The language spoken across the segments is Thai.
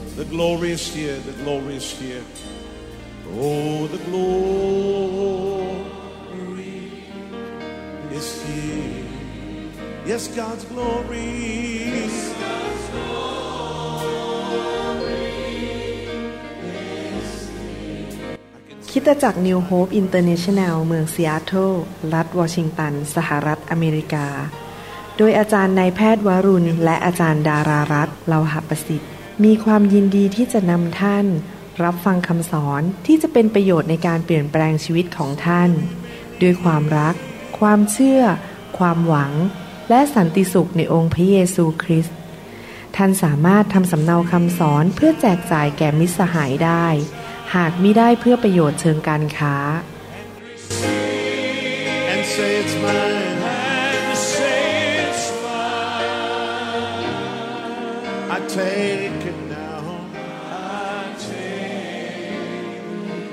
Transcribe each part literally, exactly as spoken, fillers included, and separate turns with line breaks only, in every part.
The glory is here. The glory is here. Oh, the glory is here. Yes, God's glory. Yes, God's glory is here.
คริสตจักร New Hope International เมืองซีแอตเทิลรัฐวอชิงตันสหรัฐอเมริกาโดยอาจารย์นายแพทย์วรุณและอาจารย์ดารารัตน์เลาหประสิทธิ์มีความยินดีที่จะนำท่านรับฟังคำสอนที่จะเป็นประโยชน์ในการเปลี่ยนแปลงชีวิตของท่านด้วยความรักความเชื่อความหวังและสันติสุขในองค์พระเยซูคริสต์ท่านสามารถทำสำเนาคำสอนเพื่อแจกจ่ายแก่มิตรสหายได้หากมิได้เพื่อประโยชน์เชิงการค้า
And say it's mine. And say it's mine. I take it now. I take it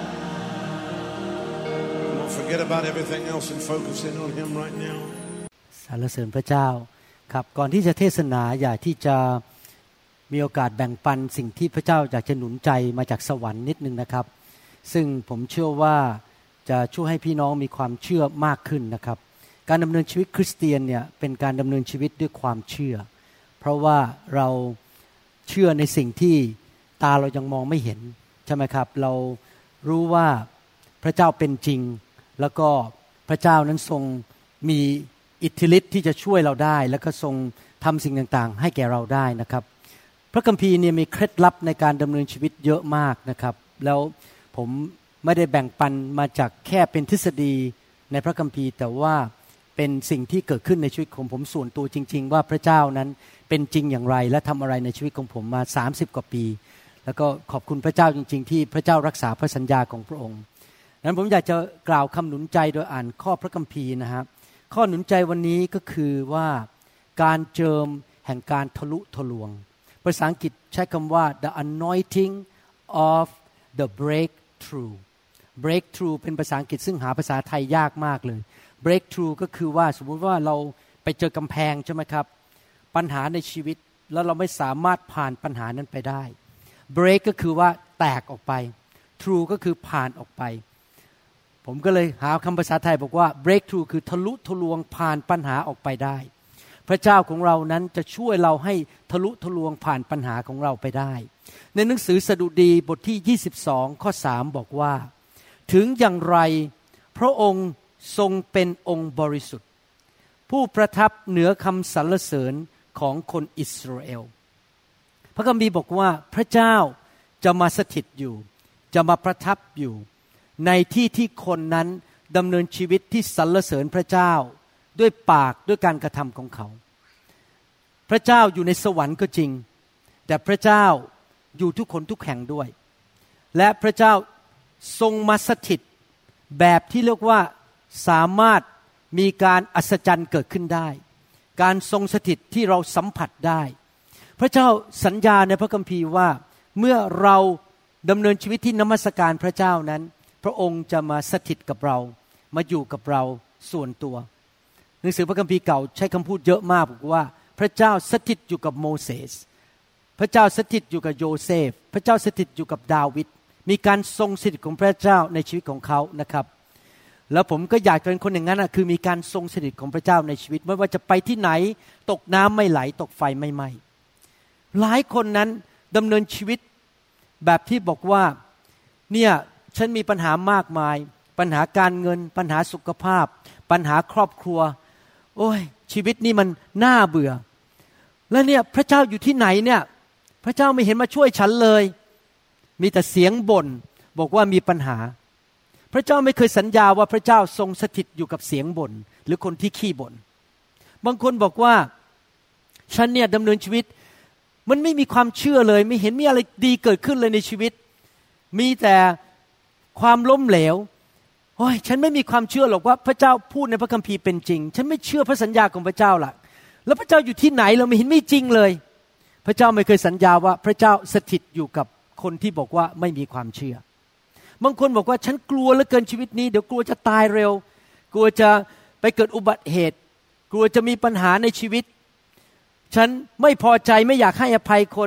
now. Don't forget about everything else and focus in on Him right now.
สรรเสริญพระเจ้าครับก่อนที่จะเทศนาอยากที่จะมีโอกาสแบ่งปันสิ่งที่พระเจ้าอยากจะหนุนใจมาจากสวรรค์นิดนึงนะครับซึ่งผมเชื่อว่าจะช่วยให้พี่น้องมีความเชื่อมากขึ้นนะครับการดำเนินชีวิตคริสเตียนเนี่ยเป็นการดำเนินชีวิตด้วยความเชื่อเพราะว่าเราเชื่อในสิ่งที่ตาเรายังมองไม่เห็นใช่ไหมครับเรารู้ว่าพระเจ้าเป็นจริงแล้วก็พระเจ้านั้นทรงมีอิทธิฤทธิ์ที่จะช่วยเราได้แล้วก็ทรงทำสิ่งต่างๆให้แก่เราได้นะครับพระคัมภีร์เนี่ยมีเคล็ดลับในการดำเนินชีวิตเยอะมากนะครับแล้วผมไม่ได้แบ่งปันมาจากแค่เป็นทฤษฎีในพระคัมภีร์แต่ว่าเป็นสิ่งที่เกิดขึ้นในชีวิตของผมส่วนตัวจริงๆว่าพระเจ้านั้นเป็นจริงอย่างไรและทำอะไรในชีวิตของผมมาสามสิบกว่าปีแล้วก็ขอบคุณพระเจ้าจริงๆที่พระเจ้ารักษาพระสัญญาของพระองค์นั้นผมอยากจะกล่าวคำหนุนใจโดยอ่านข้อพระคัมภีร์นะครับข้อหนุนใจวันนี้ก็คือว่าการเจิมแห่งการทะลุทะลวงภาษาอังกฤษใช้คำว่า the anointing of the breakthrough breakthrough เป็นภาษาอังกฤษซึ่งหาภาษาไทยยากมากเลย breakthrough ก็คือว่าสมมุติว่าเราไปเจอกำแพงใช่ไหมครับปัญหาในชีวิตแล้วเราไม่สามารถผ่านปัญหานั้นไปได้ break ก็คือว่าแตกออกไป through ก็คือผ่านออกไปผมก็เลยหาคำภาษาไทยบอกว่า breakthrough คือทะลุทะลวงผ่านปัญหาออกไปได้พระเจ้าของเรานั้นจะช่วยเราให้ทะลุทะลวงผ่านปัญหาของเราไปได้ในหนังสือสดุดีบทที่ยี่สิบสองข้อสามบอกว่าถึงอย่างไรพระองค์ทรงเป็นองค์บริสุทธิ์ผู้ประทับเหนือคำสรรเสริญของคนอิสราเอลพระคัมภีร์บอกว่าพระเจ้าจะมาสถิตอยู่จะมาประทับอยู่ในที่ที่คนนั้นดำเนินชีวิตที่สรรเสริญพระเจ้าด้วยปากด้วยการกระทำของเขาพระเจ้าอยู่ในสวรรค์ก็จริงแต่พระเจ้าอยู่ทุกคนทุกแห่งด้วยและพระเจ้าทรงมาสถิตแบบที่เรียกว่าสามารถมีการอัศจรรย์เกิดขึ้นได้การทรงสถิตที่เราสัมผัสได้พระเจ้าสัญญาในพระคัมภีร์ว่าเมื่อเราดำเนินชีวิตที่นมัสการพระเจ้านั้นพระองค์จะมาสถิตกับเรามาอยู่กับเราส่วนตัวหนังสือพระคัมภีร์เก่าใช้คำพูดเยอะมากบอกว่าพระเจ้าสถิตอยู่กับโมเสสพระเจ้าสถิตอยู่กับโยเซฟพระเจ้าสถิตอยู่กับดาวิดมีการทรงสถิตของพระเจ้าในชีวิตของเขานะครับแล้วผมก็อยากเป็นคนอย่างนั้นนะคือมีการทรงสถิตของพระเจ้าในชีวิตไม่ว่าจะไปที่ไหนตกน้ำไม่ไหลตกไฟไม่ไหม้หลายคนนั้นดำเนินชีวิตแบบที่บอกว่าเนี่ยฉันมีปัญหามากมายปัญหาการเงินปัญหาสุขภาพปัญหาครอบครัวโอ้ยชีวิตนี่มันน่าเบื่อแล้วเนี่ยพระเจ้าอยู่ที่ไหนเนี่ยพระเจ้าไม่เห็นมาช่วยฉันเลยมีแต่เสียงบ่นบอกว่ามีปัญหาพระเจ้าไม่เคยสัญญาว่าพระเจ้าทรงสถิตอยู่กับเสียงบ่นหรือคนที่ขี้บ่นบางคนบอกว่าฉันเนี่ยดำเนินชีวิตมันไม่มีความเชื่อเลยไม่เห็นมีอะไรดีเกิดขึ้นเลยในชีวิตมีแต่ความล้มเหลวโอ้ยฉันไม่มีความเชื่อหรอกว่าพระเจ้าพูดในพระคัมภีร์เป็นจริงฉันไม่เชื่อพระสัญญาของพระเจ้าล่ะแล้วพระเจ้าอยู่ที่ไหนเราไม่เห็นมีจริงเลยพระเจ้าไม่เคยสัญญาว่าพระเจ้าสถิตอยู่กับคนที่บอกว่าไม่มีความเชื่อบางคนบอกว่าฉันกลัวเหลือเกินชีวิตนี้เดี๋ยวกลัวจะตายเร็วกลัวจะไปเกิดอุบัติเหตุกลัวจะมีปัญหาในชีวิตฉันไม่พอใจไม่อยากให้อภัยคน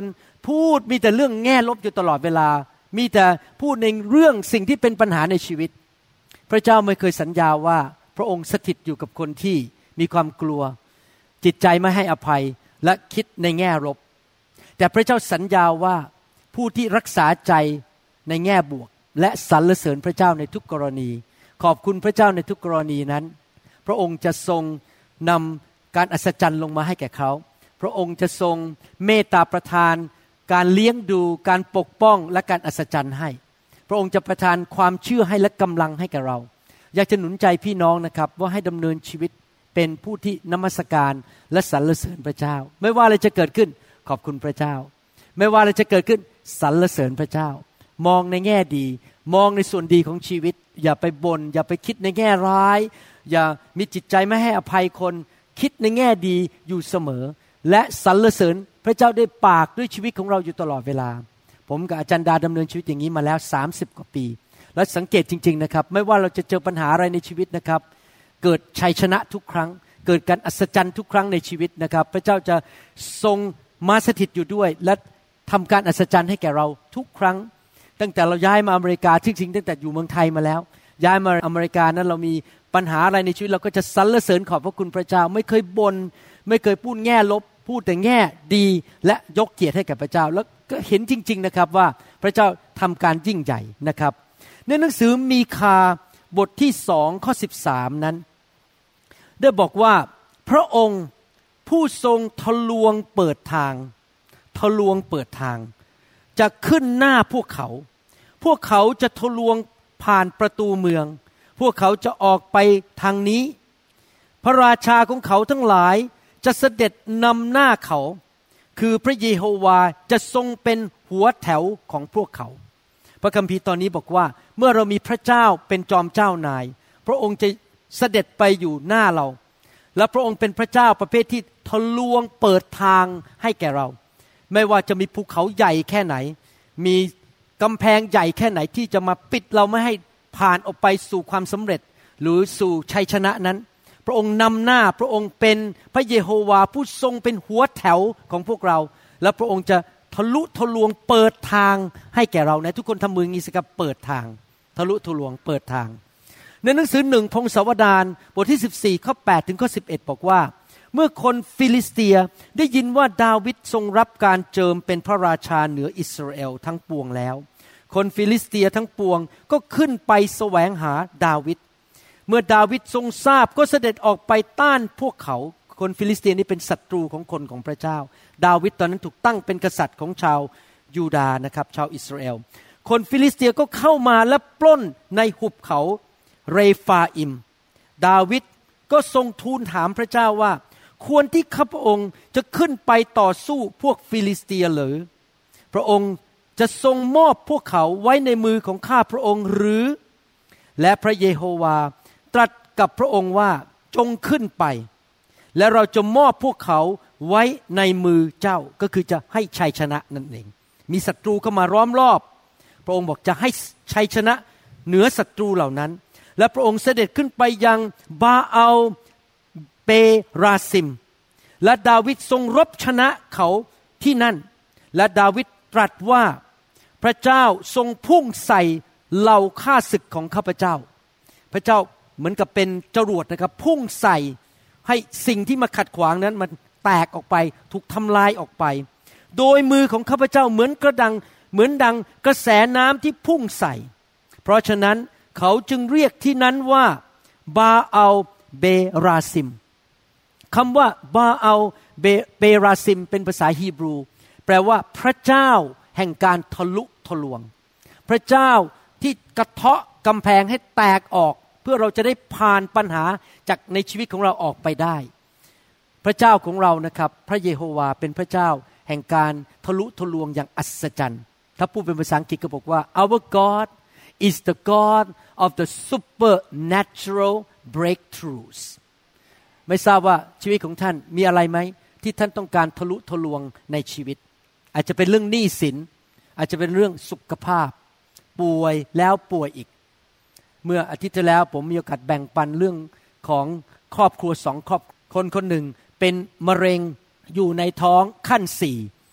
พูดมีแต่เรื่องแง่ลบอยู่ตลอดเวลามีแต่พูดในเรื่องสิ่งที่เป็นปัญหาในชีวิตพระเจ้าไม่เคยสัญญาว่าพระองค์สถิตอยู่กับคนที่มีความกลัวจิตใจไม่ให้อภัยและคิดในแง่ลบแต่พระเจ้าสัญญาว่าผู้ที่รักษาใจในแง่บวกและสรรเสริญพระเจ้าในทุกกรณีขอบคุณพระเจ้าในทุกกรณีนั้นพระองค์จะทรงนำการอัศจรรย์ลงมาให้แก่เขาพระองค์จะทรงเมตตาประทานการเลี้ยงดูการปกป้องและการอัศจรรย์ให้พระองค์จะประทานความเชื่อให้และกำลังให้แก่เราอยากจะหนุนใจพี่น้องนะครับว่าให้ดำเนินชีวิตเป็นผู้ที่นมัสการและสรรเสริญพระเจ้าไม่ว่าอะไรจะเกิดขึ้นขอบคุณพระเจ้าไม่ว่าอะไรจะเกิดขึ้นสรรเสริญพระเจ้ามองในแง่ดีมองในส่วนดีของชีวิตอย่าไปบน่นอย่าไปคิดในแง่ร้ายอย่ามีจิตใจไม่ให้อภัยคนคิดในแง่ดีอยู่เสมอและสรรเสริญพระเจ้าด้วยปากด้วยชีวิตของเราอยู่ตลอดเวลาผมกับอาจารย์ดาดำเนินชีวิตอย่างนี้มาแล้วสามสิบกว่าปีและสังเกตจริงๆนะครับไม่ว่าเราจะเจอปัญหาอะไรในชีวิตนะครับเกิดชัยชนะทุกครั้งเกิดการอัศจรรย์ทุกครั้งในชีวิตนะครับพระเจ้าจะทรงมาสถิตอยู่ด้วยและทำการอัศจรรย์ให้แก่เราทุกครั้งตั้งแต่เราย้ายมาอเมริกาจริงๆตั้งแต่อยู่เมืองไทยมาแล้วย้ายมาอเมริกานั้นเรามีปัญหาอะไรในชีวิตเราก็จะสรรเสริญขอบพระคุณพระเจ้าไม่เคยบ่นไม่เคยพูดแง่ลบพูดแต่แง่ดีและยกเกียรติให้แก่พระเจ้าแล้วก็เห็นจริงๆนะครับว่าพระเจ้าทำการยิ่งใหญ่นะครับในหนังสือมีคาบทที่สองข้อสิบสามนั้นได้บอกว่าพระองค์ผู้ทรงทะลวงเปิดทางทะลวงเปิดทางจะขึ้นหน้าพวกเขาพวกเขาจะทะลวงผ่านประตูเมืองพวกเขาจะออกไปทางนี้พระราชาของเขาทั้งหลายจะเสด็จนำหน้าเขาคือพระเยโฮวาจะทรงเป็นหัวแถวของพวกเขาพระคัมภีร์ตอนนี้บอกว่าเมื่อเรามีพระเจ้าเป็นจอมเจ้านายพระองค์จะเสด็จไปอยู่หน้าเราและพระองค์เป็นพระเจ้าประเภทที่ทะลวงเปิดทางให้แก่เราไม่ว่าจะมีภูเขาใหญ่แค่ไหนมีกำแพงใหญ่แค่ไหนที่จะมาปิดเราไม่ให้ผ่านออกไปสู่ความสำเร็จหรือสู่ชัยชนะนั้นพระองค์นำหน้าพระองค์เป็นพระเยโฮวาผู้ทรงเป็นหัวแถวของพวกเราและพระองค์จะทะลุทะลวงเปิดทางให้แก่เรานะทุกคนทำมืออย่างนี้สิครับเปิดทางทะลุทะลวงเปิดทางในหนังสือหนึ่งพงศาวดารบทที่สิบสี่ข้อแปดถึงข้อสิบเอ็ดบอกว่าเมื่อคนฟิลิสเตียได้ยินว่าดาวิดทรงรับการเจิมเป็นพระราชาเหนืออิสราเอลทั้งปวงแล้วคนฟิลิสเตียทั้งปวงก็ขึ้นไปแสวงหาดาวิดเมื่อดาวิดทรงทราบก็เสด็จออกไปต้านพวกเขาคนฟิลิสเตียนี่เป็นศัตรูของคนของพระเจ้าดาวิดตอนนั้นถูกตั้งเป็นกษัตริย์ของชาวยูดาห์นะครับชาวอิสราเอลคนฟิลิสเตียก็เข้ามาและปล้นในหุบเขาเรฟาอิมดาวิดก็ทรงทูลถามพระเจ้าว่าควรที่ข้าพระองค์จะขึ้นไปต่อสู้พวกฟิลิสเตียหรือพระองค์จะทรงมอบพวกเขาไว้ในมือของข้าพระองค์หรือและพระเยโฮวาตรัสกับพระองค์ว่าจงขึ้นไปและเราจะมอบพวกเขาไว้ในมือเจ้าก็คือจะให้ชัยชนะนั่นเองมีศัตรูเข้ามาล้อมรอบพระองค์บอกจะให้ชัยชนะเหนือศัตรูเหล่านั้นและพระองค์เสด็จขึ้นไปยังบาอัลเปราซิมและดาวิดทรงรบชนะเขาที่นั่นและดาวิดตรัสว่าพระเจ้าทรงพุ่งใส่เหล่าข้าศึกของข้าพเจ้าพระเจ้าเหมือนกับเป็นจรวดนะครับพุ่งใส่ให้สิ่งที่มาขัดขวางนั้นมันแตกออกไปถูกทำลายออกไปโดยมือของข้าพเจ้าเหมือนกระดังเหมือนดังกระแสน้ำที่พุ่งใส่เพราะฉะนั้นเขาจึงเรียกที่นั้นว่าบาอัลเบราซิมคำว่าบาอัลเบราซิมเป็นภาษาฮีบรูแปลว่าพระเจ้าแห่งการทะลุทะลวงพระเจ้าที่กระเทาะกำแพงให้แตกออกเพื่อเราจะได้ผ่านปัญหาจากในชีวิตของเราออกไปได้พระเจ้าของเรานะครับพระเยโฮวาเป็นพระเจ้าแห่งการทะลุทะลวงอย่างอัศจรรย์ถ้าพูดเป็นภาษาอังกฤษก็บอกว่า our God is the God of the supernatural breakthroughs ไม่ทราบว่าชีวิตของท่านมีอะไรไหมที่ท่านต้องการทะลุทะลวงในชีวิตอาจจะเป็นเรื่องหนี้สินอาจจะเป็นเรื่องสุขภาพป่วยแล้วป่วยอีกเมื่ออาทิตย์ที่แล้วผมมีโอกาสแบ่งปันเรื่องของครอบครัวสองครอบคนคนหนึ่งเป็นมะเร็งอยู่ในท้องขั้นสี่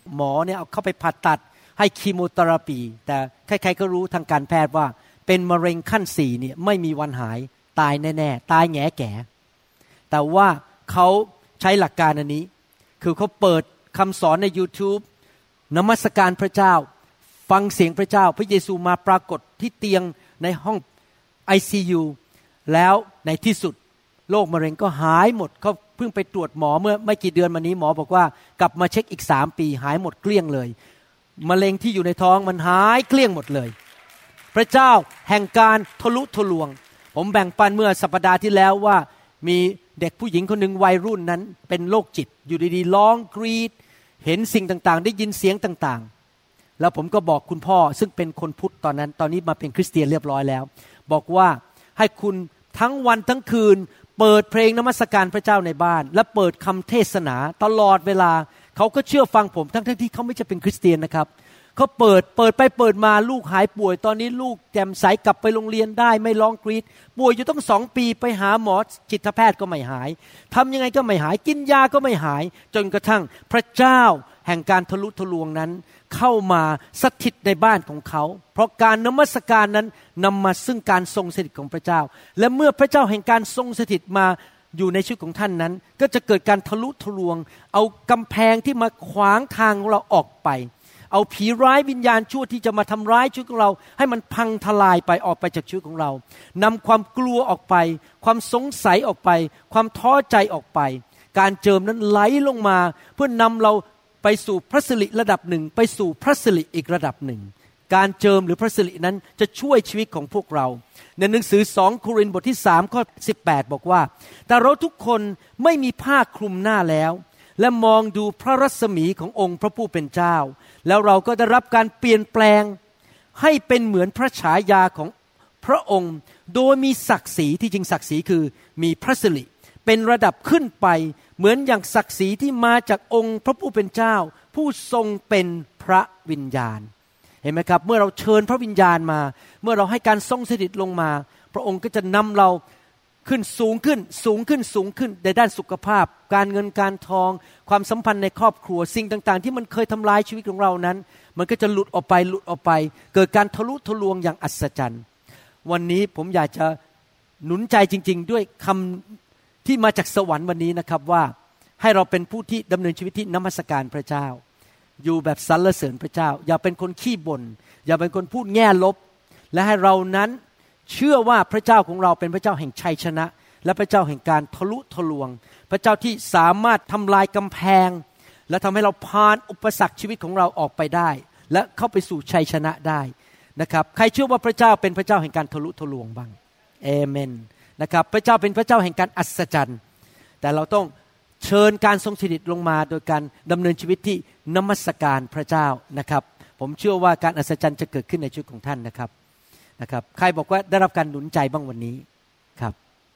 หมอเนี่ยเอาเข้าไปผ่าตัดให้คีโมเทอราปีแต่ใครๆก็รู้ทางการแพทย์ว่าเป็นมะเร็งขั้นสี่เนี่ยไม่มีวันหายตายแน่ๆตายแง่แก่แต่ว่าเขาใช้หลักการอันนี้คือเขาเปิดคำสอนใน YouTube นมัสการพระเจ้าฟังเสียงพระเจ้าพระเยซูมาปรากฏที่เตียงในห้อง ไอ ซี ยู แล้วในที่สุดโรคมะเร็งก็หายหมดเขาเพิ่งไปตรวจหมอเมื่อไม่กี่เดือนมานี้หมอบอกว่ากลับมาเช็คอีกสามปีหายหมดเกลี้ยงเลยมะเร็งที่อยู่ในท้องมันหายเกลี้ยงหมดเลยพระเจ้าแห่งการทะลุทะลวงผมแบ่งปันเมื่อสัปดาห์ที่แล้วว่ามีเด็กผู้หญิงคนหนึ่งวัยรุ่นนั้นเป็นโรคจิตอยู่ดีๆร้องกรีดเห็นสิ่งต่างๆได้ยินเสียงต่างๆแล้วผมก็บอกคุณพ่อซึ่งเป็นคนพุทธตอนนั้นตอนนี้มาเป็นคริสเตียนเรียบร้อยแล้วบอกว่าให้คุณทั้งวันทั้งคืนเปิดเพลงนมัสการพระเจ้าในบ้านและเปิดคำเทศนาตลอดเวลาเขาก็เชื่อฟังผมทั้งๆที่เขาไม่ใช่เป็นคริสเตียนนะครับเขาเปิดเปิดไปเปิดมาลูกหายป่วยตอนนี้ลูกแจ่มใสกลับไปโรงเรียนได้ไม่ร้องกรีดป่วยอยู่ต้องสองปีไปหาหมอจิตแพทย์ก็ไม่หายทำยังไงก็ไม่หายกินยาก็ไม่หายจนกระทั่งพระเจ้าแห่งการทะลุทะลวงนั้นเข้ามาสถิตในบ้านของเขาเพราะการนมัสการนั้นนำมาซึ่งการทรงสถิตของพระเจ้าและเมื่อพระเจ้าแห่งการทรงสถิตมาอยู่ในชีวิตของท่านนั้นก็จะเกิดการทะลุทะลวงเอากำแพงที่มาขวางทางของเราออกไปเอาผีร้ายวิญญาณชั่วที่จะมาทำร้ายชีวิตของเราให้มันพังทลายไปออกไปจากชีวิตของเรานำความกลัวออกไปความสงสัยออกไปความท้อใจออกไปการเจิมนั้นไหลลงมาเพื่อนำเราไปสู่พระสิริระดับหนึ่งไปสู่พระสิริอีกระดับหนึ่งการเจิมหรือพระสิรินั้นจะช่วยชีวิตของพวกเราในหนังสือสองโครินธ์บทที่สามข้อสิบแปดบอกว่าแต่เราทุกคนไม่มีผ้าคลุมหน้าแล้วและมองดูพระรัศมีขององค์พระผู้เป็นเจ้าแล้วเราก็ได้รับการเปลี่ยนแปลงให้เป็นเหมือนพระฉายาของพระองค์โดยมีศักดิ์ศรีที่จริงศักดิ์ศรีคือมีพระสิริเป็นระดับขึ้นไปเหมือนอย่างศักดิ์ศรีที่มาจากองค์พระผู้เป็นเจ้าผู้ทรงเป็นพระวิญญาณเห็นไหมครับเมื่อเราเชิญพระวิญญาณมาเมื่อเราให้การทรงสถิตลงมาพระองค์ก็จะนำเราขึ้นสูงขึ้นสูงขึ้นสูงขึ้นในด้านสุขภาพการเงินการทองความสัมพันธ์ในครอบครัวสิ่งต่างๆที่มันเคยทำลายชีวิตของเรานั้นมันก็จะหลุดออกไปหลุดออกไปเกิดการทะลุทะลวงอย่างอัศจรรย์วันนี้ผมอยากจะหนุนใจจริงๆด้วยคำที่มาจากสวรรค์วันนี้นะครับว่าให้เราเป็นผู้ที่ดำเนินชีวิตที่นมัสการพระเจ้าอยู่แบบสรรเสริญพระเจ้าอย่าเป็นคนขี้บ่นอย่าเป็นคนพูดแง่ลบและให้เรานั้นเชื่อว่าพระเจ้าของเราเป็นพระเจ้าแห่งชัยชนะและพระเจ้าแห่งการทะลุทะลวงพระเจ้าที่สามารถทำลายกำแพงและทำให้เราผ่านอุปสรรคชีวิตของเราออกไปได้และเข้าไปสู่ชัยชนะได้นะครับใครเชื่อว่าพระเจ้าเป็นพระเจ้าแห่งการทะลุทะลวงบ้างเอเมนนะครับพระเจ้าเป็นพระเจ้าแห่งการอัศจรรย์แต่เราต้องเชิญการทรงสถิตลงมาโดยการดำเนินชีวิตที่นมัสการพระเจ้านะครับผมเชื่อว่าการอัศจรรย์จะเกิดขึ้นในชีวิตของท่านนะครับนะครับใครบอกว่าได้รับการหนุนใจบ้างวันนี้ครับ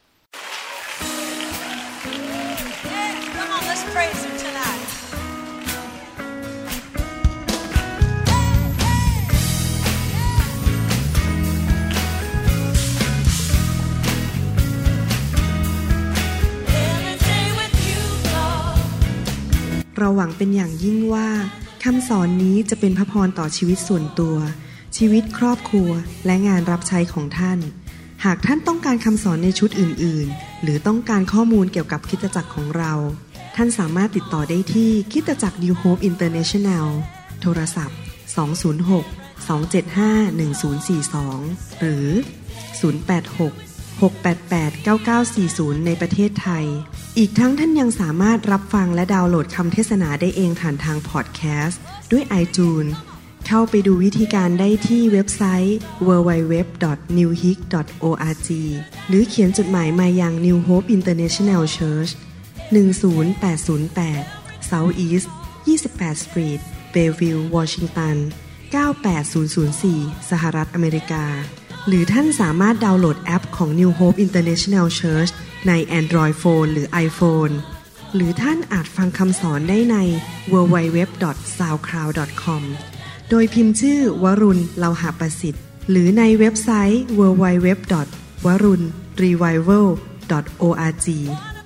Hey, come on, let's praise him tonight.
เราหวังเป็นอย่างยิ่งว่าคำสอนนี้จะเป็นพระพรต่อชีวิตส่วนตัวชีวิตครอบครัวและงานรับใช้ของท่านหากท่านต้องการคำสอนในชุดอื่นๆหรือต้องการข้อมูลเกี่ยวกับคริสตจักรของเราท่านสามารถติดต่อได้ที่คริสตจักร New Hope International โทรศัพท์สอง ศูนย์ หก สอง เจ็ด ห้า หนึ่ง ศูนย์ สี่ สองหรือศูนย์ แปด หก หก แปด แปด เก้า เก้า สี่ศูนย์ในประเทศไทยอีกทั้งท่านยังสามารถรับฟังและดาวน์โหลดคำเทศนาได้เองผ่านทางพอดแคสต์ด้วย iTunes เข้าไปดูวิธีการได้ที่เว็บไซต์ ดับเบิลยู ดับเบิลยู ดับเบิลยู ดอท นิว โฮป ดอท โอ อาร์ จี หรือเขียนจดหมายมายัง New Hope International Church หนึ่ง ศูนย์ แปด ศูนย์ แปด South East ยี่สิบแปด Street Bellevue Washington เก้า แปด ศูนย์ ศูนย์ สี่ สหรัฐอเมริกาหรือท่านสามารถดาวน์โหลดแอปของ New Hope International Church ใน Android Phone หรือ iPhone หรือท่านอาจฟังคำสอนได้ใน ดับเบิลยู ดับเบิลยู ดับเบิลยู ดอท ซาวด์คลาวด์ ดอท คอม โดยพิมพ์ชื่อวรุณ เลาหะประสิทธิ์หรือในเว็บไซต์ ดับเบิลยู ดับเบิลยู ดับเบิลยู ดอท วรุณ รีไววัล ดอท โอ อาร์ จี